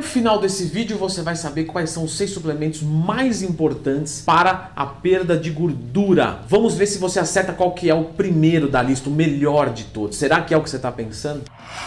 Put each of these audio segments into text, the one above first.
final desse vídeo você vai saber quais são os 6 suplementos mais importantes para a perda de gordura. Vamos ver se você acerta qual que é o primeiro da lista, o melhor de todos. Será que é o que você está pensando?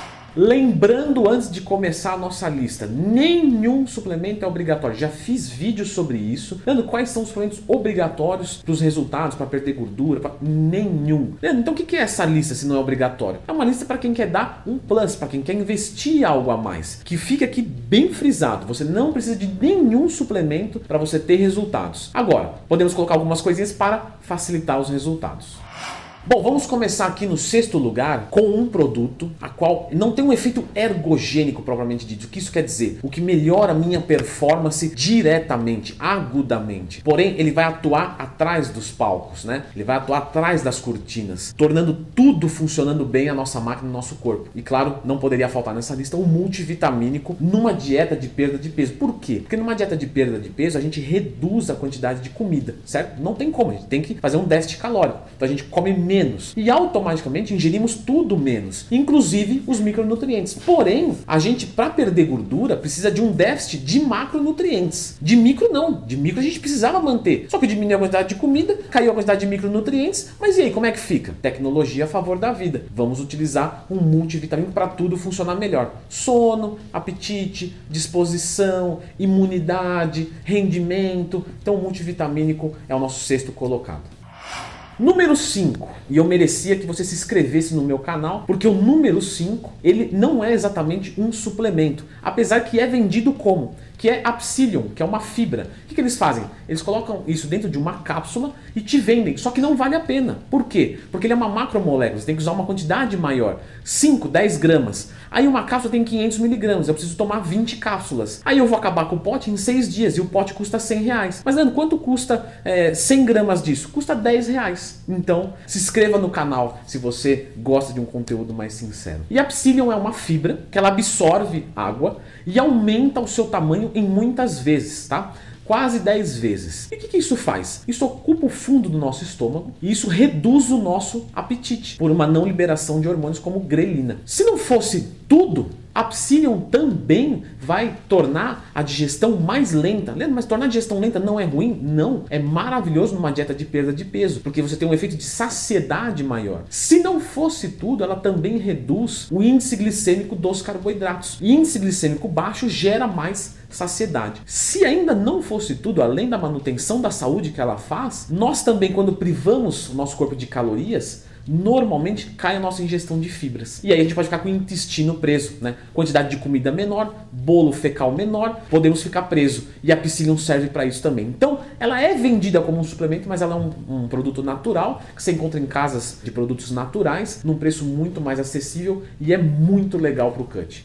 Lembrando, antes de começar a nossa lista, nenhum suplemento é obrigatório. Já fiz vídeos sobre isso, dando quais são os suplementos obrigatórios para os resultados, para perder gordura, nenhum. Então o que é essa lista se não é obrigatório? É uma lista para quem quer dar um plus, para quem quer investir algo a mais. Que fica aqui bem frisado, você não precisa de nenhum suplemento para você ter resultados. Agora, podemos colocar algumas coisinhas para facilitar os resultados. Bom, vamos começar aqui no 6º lugar com um produto a qual não tem um efeito ergogênico propriamente dito. O que isso quer dizer? O que melhora a minha performance diretamente, agudamente. Porém, ele vai atuar atrás dos palcos, né? Ele vai atuar atrás das cortinas, tornando tudo funcionando bem a nossa máquina, no nosso corpo. E claro, não poderia faltar nessa lista o multivitamínico numa dieta de perda de peso. Por quê? Porque numa dieta de perda de peso a gente reduz a quantidade de comida, certo? Não tem como, a gente tem que fazer um déficit calórico. Então a gente come menos e automaticamente ingerimos tudo menos, inclusive os micronutrientes. Porém, a gente, para perder gordura, precisa de um déficit de macronutrientes. De micro não, de micro a gente precisava manter. Só que diminuiu a quantidade de comida, caiu a quantidade de micronutrientes, mas e aí, como é que fica? Tecnologia a favor da vida. Vamos utilizar um multivitamínico para tudo funcionar melhor. Sono, apetite, disposição, imunidade, rendimento. Então o multivitamínico é o nosso 6º colocado. Número 5, e eu merecia que você se inscrevesse no meu canal, porque o número 5, ele não é exatamente um suplemento, apesar que é vendido como? Que é a Psyllium, que é uma fibra. O que eles fazem? Eles colocam isso dentro de uma cápsula e te vendem, só que não vale a pena. Por quê? Porque ele é uma macromolécula, você tem que usar uma quantidade maior, 5, 10 gramas. Aí uma cápsula tem 500 miligramas, eu preciso tomar 20 cápsulas. Aí eu vou acabar com o pote em 6 dias e o pote custa 100 reais. Mas Leandro, quanto custa 100 gramas disso? Custa 10 reais. Então se inscreva no canal se você gosta de um conteúdo mais sincero. E a Psyllium é uma fibra que ela absorve água e aumenta o seu tamanho em muitas vezes, tá? Quase 10 vezes. E o que isso faz? Isso ocupa o fundo do nosso estômago e isso reduz o nosso apetite por uma não liberação de hormônios como grelina. Se não fosse tudo, a Psyllium também vai tornar a digestão mais lenta. Leandro, mas tornar a digestão lenta não é ruim? Não. É maravilhoso numa dieta de perda de peso, porque você tem um efeito de saciedade maior. Se não fosse tudo, ela também reduz o índice glicêmico dos carboidratos. E índice glicêmico baixo gera mais saciedade. Se ainda não fosse tudo, além da manutenção da saúde que ela faz, nós também, quando privamos o nosso corpo de calorias, normalmente cai a nossa ingestão de fibras. E aí a gente pode ficar com o intestino preso, né? Quantidade de comida menor, bolo fecal menor, podemos ficar preso. E a Psyllium serve para isso também. Então, ela é vendida como um suplemento, mas ela é um produto natural, que você encontra em casas de produtos naturais, num preço muito mais acessível e é muito legal para o cut.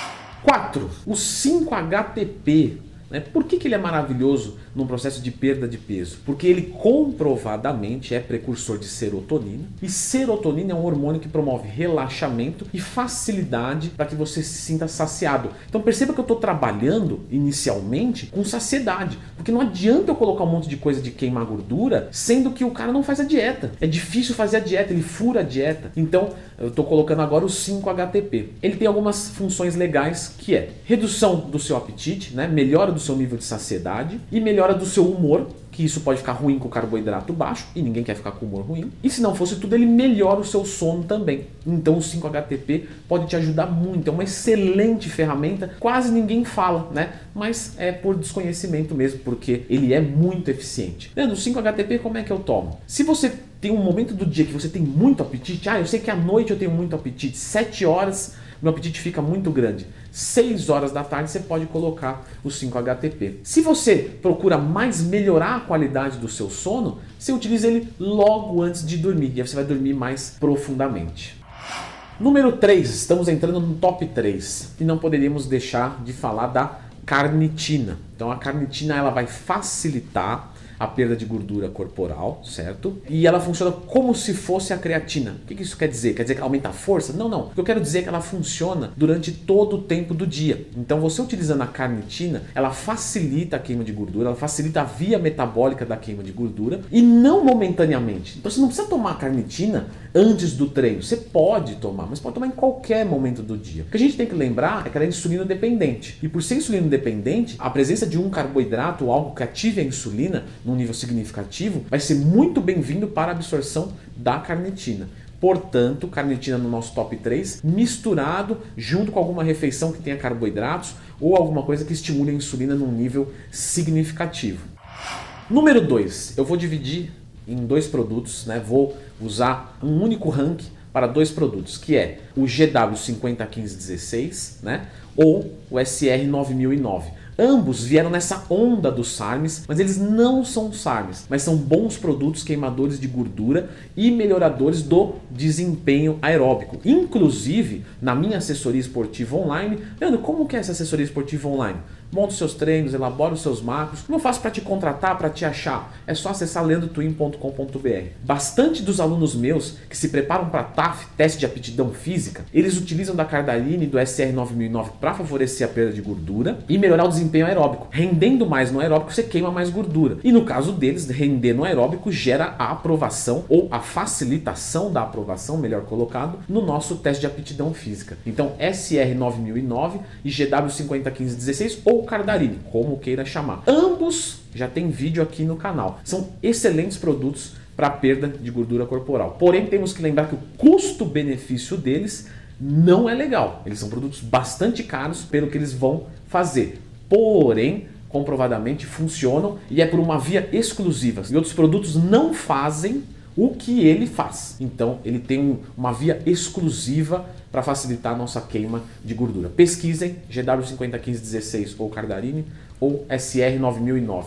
4. O 5-HTP. Por que ele é maravilhoso no processo de perda de peso? Porque ele comprovadamente é precursor de serotonina, e serotonina é um hormônio que promove relaxamento e facilidade para que você se sinta saciado. Então perceba que eu estou trabalhando inicialmente com saciedade, porque não adianta eu colocar um monte de coisa de queimar gordura, sendo que o cara não faz a dieta. É difícil fazer a dieta, ele fura a dieta. Então eu estou colocando agora o 5-HTP. Ele tem algumas funções legais, que é redução do seu apetite, né? Melhora do seu nível de saciedade e melhora do seu humor, que isso pode ficar ruim com carboidrato baixo e ninguém quer ficar com humor ruim. E se não fosse tudo, ele melhora o seu sono também. Então o 5-HTP pode te ajudar muito, é uma excelente ferramenta, quase ninguém fala, né? Mas é por desconhecimento mesmo, porque ele é muito eficiente. Leandro, o 5-HTP como é que eu tomo? Se você tem um momento do dia que você tem muito apetite, eu sei que à noite eu tenho muito apetite, 7 horas meu apetite fica muito grande. 6 horas da tarde você pode colocar o 5-HTP. Se você procura mais melhorar a qualidade do seu sono, você utiliza ele logo antes de dormir. E aí você vai dormir mais profundamente. Número 3, estamos entrando no top 3. E não poderíamos deixar de falar da carnitina. Então a carnitina ela vai facilitar a perda de gordura corporal, certo? E ela funciona como se fosse a creatina. O que isso quer dizer? Quer dizer que aumenta a força? Não, não. O que eu quero dizer é que ela funciona durante todo o tempo do dia. Então você utilizando a carnitina, ela facilita a queima de gordura, ela facilita a via metabólica da queima de gordura e não momentaneamente. Então você não precisa tomar a carnitina antes do treino. Você pode tomar, mas pode tomar em qualquer momento do dia. O que a gente tem que lembrar é que ela é insulina dependente. E por ser insulina dependente, a presença de um carboidrato ou algo que ative a insulina num nível significativo vai ser muito bem-vindo para a absorção da carnitina. Portanto, carnitina no nosso top 3, misturado junto com alguma refeição que tenha carboidratos ou alguma coisa que estimule a insulina num nível significativo. Número 2, eu vou dividir em 2 produtos, né? Vou usar um único rank para 2 produtos, que é o GW501516, né? Ou o SR9009. Ambos vieram nessa onda dos SARMs, mas eles não são SARMs, mas são bons produtos queimadores de gordura e melhoradores do desempenho aeróbico. Inclusive, na minha assessoria esportiva online, Leandro, como que é essa assessoria esportiva online? Monta os seus treinos, elabora os seus macros. Como eu faço para te contratar, para te achar? É só acessar leandrotwin.com.br. Bastante dos alunos meus que se preparam para TAF, teste de aptidão física, eles utilizam da Cardarine e do SR9009 para favorecer a perda de gordura e melhorar o desempenho aeróbico. Rendendo mais no aeróbico, você queima mais gordura. E no caso deles, render no aeróbico gera a aprovação ou a facilitação da aprovação, melhor colocado, no nosso teste de aptidão física. Então, SR9009 e GW501516 ou Cardarine, como queira chamar. Ambos já tem vídeo aqui no canal. São excelentes produtos para perda de gordura corporal. Porém, temos que lembrar que o custo-benefício deles não é legal. Eles são produtos bastante caros pelo que eles vão fazer. Porém, comprovadamente funcionam e é por uma via exclusiva. E outros produtos não fazem o que ele faz. Então, ele tem uma via exclusiva para facilitar a nossa queima de gordura. Pesquisem GW501516 ou Cardarine ou SR9009.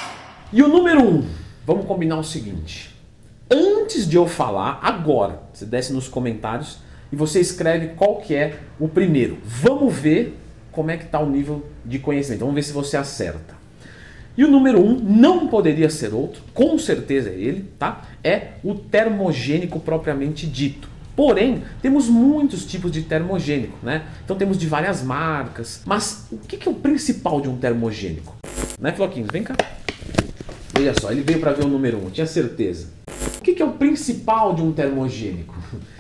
E o número 1, vamos combinar o seguinte. Antes de eu falar, agora, você desce nos comentários e você escreve qual que é o primeiro. Vamos ver como é que está o nível de conhecimento. Vamos ver se você acerta. E o número 1 não poderia ser outro, com certeza é ele, tá? É o termogênico propriamente dito. Porém, temos muitos tipos de termogênico, né? Então temos de várias marcas. Mas o que é o principal de um termogênico? Né, Floquinhos? Vem cá. Veja só, ele veio para ver o número 1, tinha certeza. O que é o principal de um termogênico?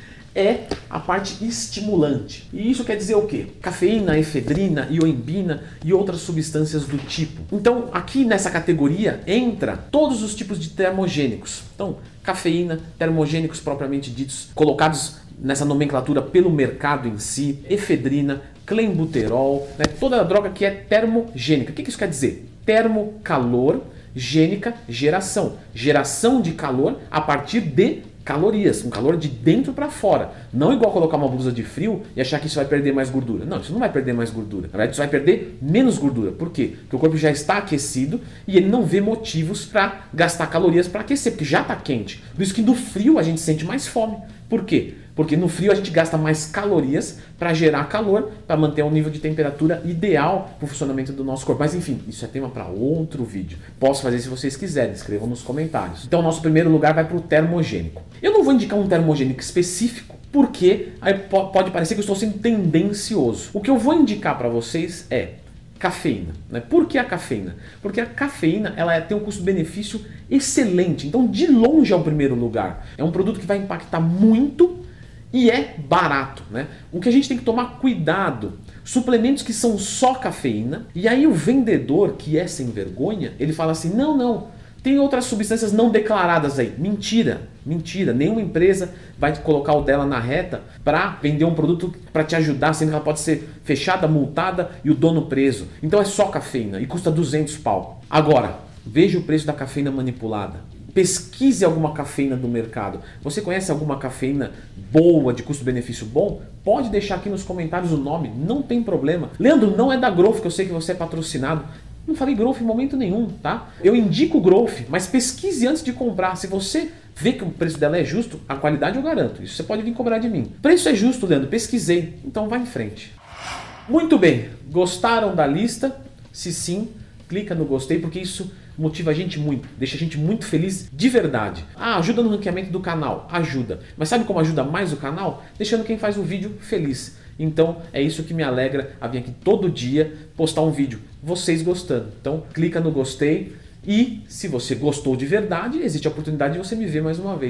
É a parte estimulante. E isso quer dizer o quê? Cafeína, efedrina, ioimbina e outras substâncias do tipo. Então, aqui nessa categoria entra todos os tipos de termogênicos. Então, cafeína, termogênicos propriamente ditos, colocados nessa nomenclatura pelo mercado em si, efedrina, clenbuterol, né? Toda a droga que é termogênica. O que isso quer dizer? Termocalor, gênica, geração. Geração de calor a partir de calorias, um calor de dentro para fora. Não igual colocar uma blusa de frio e achar que isso vai perder mais gordura. Não, isso não vai perder mais gordura. Na verdade, isso vai perder menos gordura. Por quê? Porque o corpo já está aquecido e ele não vê motivos para gastar calorias para aquecer, porque já está quente. Por isso que no frio a gente sente mais fome. Por quê? Porque no frio a gente gasta mais calorias para gerar calor, para manter um nível de temperatura ideal para o funcionamento do nosso corpo. Mas enfim, isso é tema para outro vídeo. Posso fazer se vocês quiserem, escrevam nos comentários. Então, nosso primeiro lugar vai para o termogênico. Eu não vou indicar um termogênico específico, porque aí pode parecer que eu estou sendo tendencioso. O que eu vou indicar para vocês é cafeína, né? Por que a cafeína? Porque a cafeína ela tem um custo-benefício excelente. Então, de longe é o primeiro lugar. É um produto que vai impactar muito e é barato, né? O que a gente tem que tomar cuidado, suplementos que são só cafeína, e aí o vendedor, que é sem vergonha, ele fala assim, não, tem outras substâncias não declaradas aí. Mentira, mentira. Nenhuma empresa vai colocar o dela na reta para vender um produto para te ajudar, sendo que ela pode ser fechada, multada e o dono preso. Então é só cafeína e custa 200 pau. Agora, veja o preço da cafeína manipulada. Pesquise alguma cafeína do mercado. Você conhece alguma cafeína boa, de custo-benefício bom? Pode deixar aqui nos comentários o nome, não tem problema. Leandro, não é da Growth, que eu sei que você é patrocinado. Não falei Growth em momento nenhum, tá? Eu indico Growth, mas pesquise antes de comprar. Se você vê que o preço dela é justo, a qualidade eu garanto. Isso você pode vir cobrar de mim. O preço é justo, Leandro, pesquisei. Então vai em frente. Muito bem, gostaram da lista? Se sim, clica no gostei, porque isso motiva a gente muito, deixa a gente muito feliz de verdade. Ah, ajuda no ranqueamento do canal, ajuda. Mas sabe como ajuda mais o canal? Deixando quem faz o vídeo feliz. Então é isso que me alegra a vir aqui todo dia postar um vídeo, vocês gostando. Então clica no gostei e se você gostou de verdade, existe a oportunidade de você me ver mais uma vez.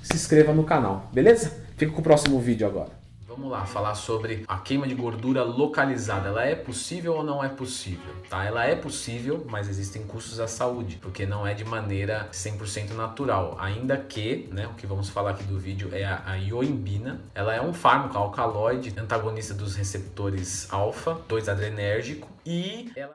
se inscreva no canal, beleza? Fica com o próximo vídeo agora. Vamos lá, falar sobre a queima de gordura localizada. Ela é possível ou não é possível? Tá? Ela é possível, mas existem custos à saúde, porque não é de maneira 100% natural. Ainda que, né, o que vamos falar aqui do vídeo é a ioimbina. Ela é um fármaco alcaloide, antagonista dos receptores alfa, 2-adrenérgico, e ela